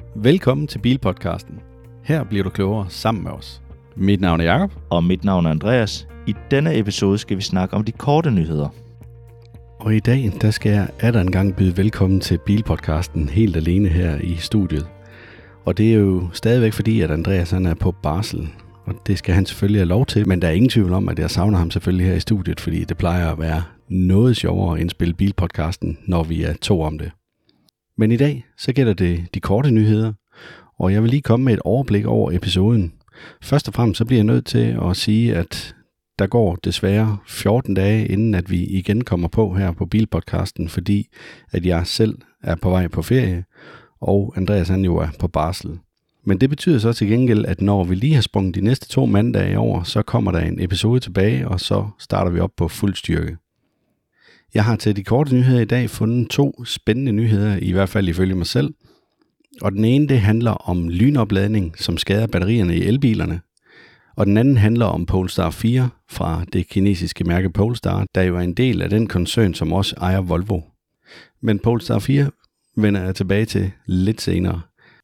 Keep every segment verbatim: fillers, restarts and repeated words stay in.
Velkommen til Bilpodcasten. Her bliver du klogere sammen med os. Mit navn er Jakob. Og mit navn er Andreas. I denne episode skal vi snakke om de korte nyheder. Og i dag, der skal jeg atter en gang byde velkommen til Bilpodcasten helt alene her i studiet. Og det er jo stadigvæk fordi, at Andreas han er på barsel. Og det skal han selvfølgelig have lov til. Men der er ingen tvivl om, at jeg savner ham selvfølgelig her i studiet, fordi det plejer at være noget sjovere at indspille Bilpodcasten, når vi er to om det. Men i dag, så gælder det de korte nyheder, og jeg vil lige komme med et overblik over episoden. Først og fremmest så bliver jeg nødt til at sige, at der går desværre fjorten dage, inden at vi igen kommer på her på Bilpodcasten, fordi at jeg selv er på vej på ferie, og Andreas han jo er på barsel. Men det betyder så til gengæld, at når vi lige har sprunget de næste to mandage over, så kommer der en episode tilbage, og så starter vi op på fuld styrke. Jeg har til de korte nyheder i dag fundet to spændende nyheder, i hvert fald ifølge mig selv. Og den ene det handler om lynopladning, som skader batterierne i elbilerne. Og den anden handler om Polestar fire fra det kinesiske mærke Polestar, der jo er en del af den koncern, som også ejer Volvo. Men Polestar fire vender jeg tilbage til lidt senere.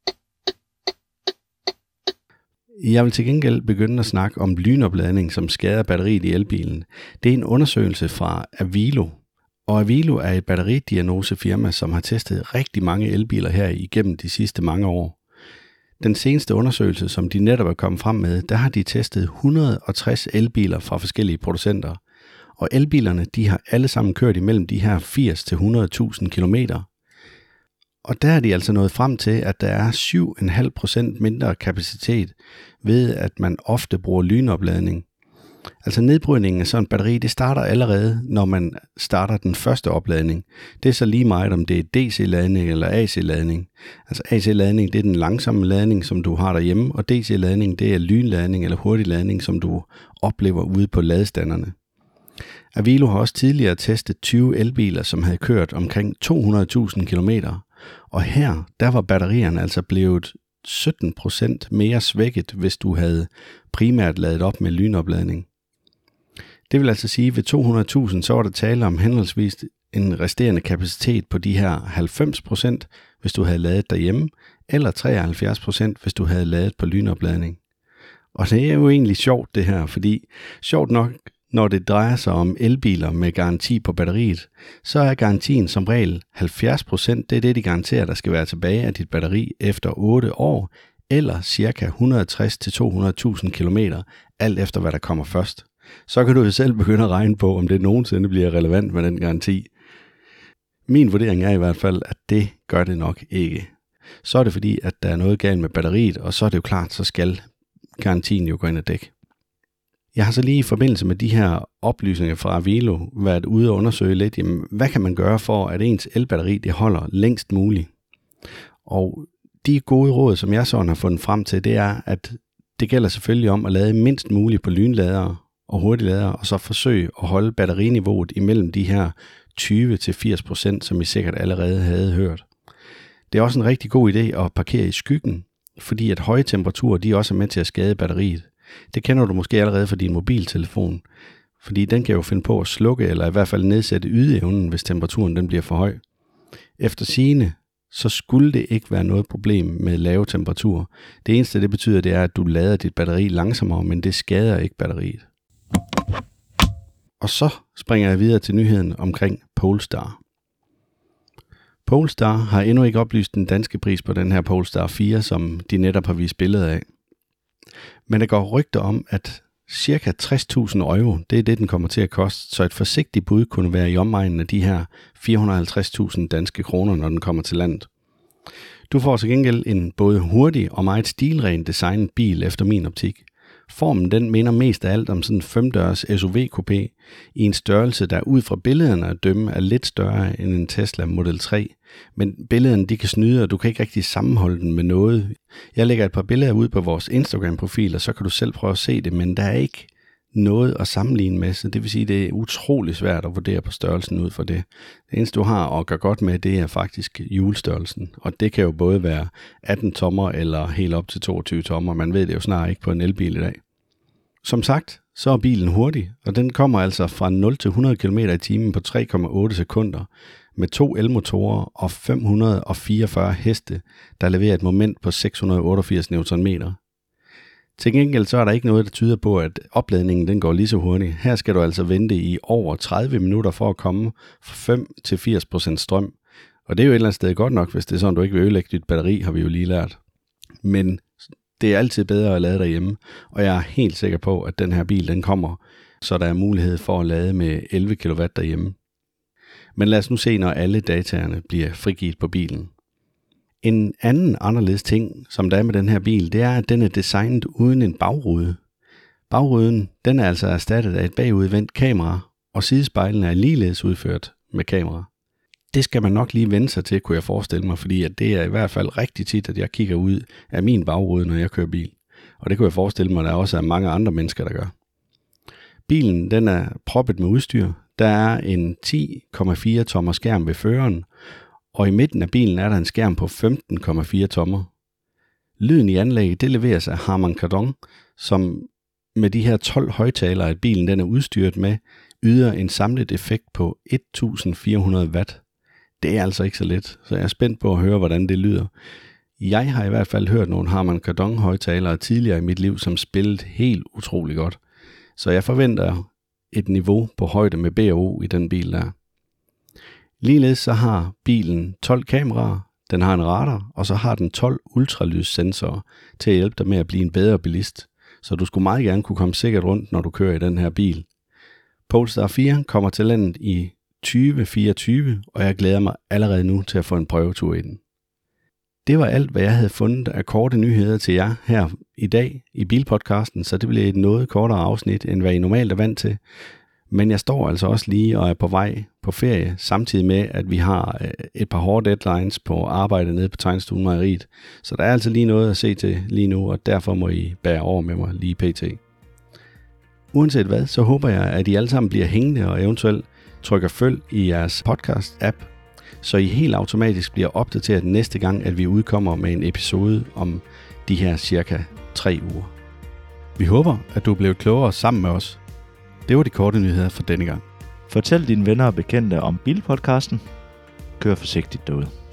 Jeg vil til gengæld begynde at snakke om lynopladning, som skader batteriet i elbilen. Det er en undersøgelse fra Avilo. Og Avilo er et batteridiagnosefirma, som har testet rigtig mange elbiler her igennem de sidste mange år. Den seneste undersøgelse, som de netop er kommet frem med, der har de testet et hundrede og tres elbiler fra forskellige producenter. Og elbilerne, de har alle sammen kørt imellem de her firs til hundrede tusind kilometer. Og der er de altså nået frem til, at der er syv komma fem procent mindre kapacitet ved, at man ofte bruger lynopladning. Altså nedbrydningen af sådan en batteri, det starter allerede, når man starter den første opladning. Det er så lige meget, om det er D C-ladning eller A C-ladning. Altså A C-ladning, det er den langsomme ladning, som du har derhjemme, og D C-ladning, det er lynladning eller hurtig ladning, som du oplever ude på ladestanderne. Avilo har også tidligere testet tyve elbiler, som havde kørt omkring to hundrede tusind kilometer. Og her, der var batterierne altså blevet sytten procent mere svækket, hvis du havde primært ladet op med lynopladning. Det vil altså sige, at ved to hundrede tusind, så var der tale om henholdsvis en resterende kapacitet på de her halvfems procent, hvis du havde ladet derhjemme, eller treoghalvfjerds procent, hvis du havde ladet på lynopladning. Og det er jo egentlig sjovt det her, fordi sjovt nok, når det drejer sig om elbiler med garanti på batteriet, så er garantien som regel halvfjerds procent, det er det, de garanterer, der skal være tilbage af dit batteri efter otte år, eller ca. et hundrede og tres til to hundrede tusind kilometer, alt efter hvad der kommer først. Så kan du jo selv begynde at regne på, om det nogensinde bliver relevant med den garanti. Min vurdering er i hvert fald, at det gør det nok ikke. Så er det fordi, at der er noget galt med batteriet, og så er det jo klart, så skal garantien jo gå ind og dække. Jeg har så lige i forbindelse med de her oplysninger fra Avilo været ude og undersøge lidt, jamen, hvad kan man gøre for, at ens elbatteri det holder længst muligt. Og de gode råd, som jeg sådan har fundet frem til, det er, at det gælder selvfølgelig om at lade mindst muligt på lynladere og hurtigladere, og så forsøge at holde batteriniveauet imellem de her tyve til firs procent, som I sikkert allerede havde hørt. Det er også en rigtig god idé at parkere i skyggen, fordi at høje temperaturer de også er med til at skade batteriet. Det kender du måske allerede fra din mobiltelefon, fordi den kan jo finde på at slukke eller i hvert fald nedsætte ydeevnen, hvis temperaturen den bliver for høj. Efter sigende, så skulle det ikke være noget problem med lave temperaturer. Det eneste det betyder, det er, at du lader dit batteri langsommere, men det skader ikke batteriet. Og så springer jeg videre til nyheden omkring Polestar. Polestar har endnu ikke oplyst den danske pris på den her Polestar fire, som de netop har vist billeder af. Men der går rygter om, at ca. tres tusind euro, det er det, den kommer til at koste, så et forsigtigt bud kunne være i omegnen af de her fire hundrede og halvtreds tusind danske kroner, når den kommer til landet. Du får til gengæld en både hurtig og meget stilren designet bil efter min optik. Formen den minder mest af alt om sådan en femdørs S U V-coupé i en størrelse, der ud fra billederne at dømme er lidt større end en Tesla Model tre. Men billederne de kan snyde, og du kan ikke rigtig sammenholde den med noget. Jeg lægger et par billeder ud på vores Instagram-profil, og så kan du selv prøve at se det, men der er ikke noget at sammenligne med, så det vil sige, at det er utrolig svært at vurdere på størrelsen ud fra det. Det eneste du har at gøre godt med, det er faktisk hjulstørrelsen, og det kan jo både være atten tommer eller helt op til toogtyve tommer. Man ved det jo snart ikke på en elbil i dag. Som sagt, så er bilen hurtig, og den kommer altså fra nul til hundrede kilometer i timen på tre komma otte sekunder. med to elmotorer og fem hundrede og fireogfyrre heste, der leverer et moment på seks hundrede og otteogfirs newtonmeter. Til gengæld så er der ikke noget, der tyder på, at opladningen den går lige så hurtigt. Her skal du altså vente i over tredive minutter for at komme fra fem til firs procent strøm. Og det er jo et eller andet sted godt nok, hvis det er sådan, du ikke vil ødelægge dit batteri, har vi jo lige lært. Men det er altid bedre at lade derhjemme, og jeg er helt sikker på, at den her bil den kommer, så der er mulighed for at lade med elleve kilowatt derhjemme. Men lad os nu se, når alle dataerne bliver frigivet på bilen. En anden anderledes ting, som der er med den her bil, det er, at den er designet uden en bagrude. Bagruden, den er altså erstattet af et bagudvendt kamera, og sidespejlene er ligeledes udført med kamera. Det skal man nok lige vende sig til, kunne jeg forestille mig, fordi at det er i hvert fald rigtig tit, at jeg kigger ud af min bagrude, når jeg kører bil. Og det kunne jeg forestille mig, at der også er mange andre mennesker, der gør. Bilen den er proppet med udstyr. Der er en ti komma fire tommer skærm ved føreren, og i midten af bilen er der en skærm på femten komma fire tommer. Lyden i anlægget det leveres af Harman Kardon, som med de her tolv højtalere, at bilen den er udstyret med, yder en samlet effekt på et tusind fire hundrede watt. Det er altså ikke så let, så jeg er spændt på at høre, hvordan det lyder. Jeg har i hvert fald hørt nogle Harman Kardon højtalere tidligere i mit liv, som spillede helt utrolig godt. Så jeg forventer et niveau på højde med B og O i den bil der. Ligeledes så har bilen tolv kameraer, den har en radar, og så har den tolv ultralydssensorer til at hjælpe dig med at blive en bedre bilist. Så du skulle meget gerne kunne komme sikkert rundt, når du kører i den her bil. Polestar fire kommer til landet i tyve fireogtyve, og jeg glæder mig allerede nu til at få en prøvetur i den. Det var alt, hvad jeg havde fundet af korte nyheder til jer her i dag i Bilpodcasten, så det blev et noget kortere afsnit, end hvad I normalt er vant til. Men jeg står altså også lige og er på vej på ferie, samtidig med, at vi har et par hårde deadlines på arbejde nede på Tegnstuen Mejeriet. Så der er altså lige noget at se til lige nu, og derfor må I bære over med mig lige pt. Uanset hvad, så håber jeg, at I alle sammen bliver hængende og eventuelt trykker følg i jeres podcast-app, så I helt automatisk bliver opdateret næste gang, at vi udkommer med en episode om de her cirka tre uger. Vi håber, at du er blevet klogere sammen med os. Det var de korte nyheder for denne gang. Fortæl dine venner og bekendte om Bilpodcasten. Kør forsigtigt derude.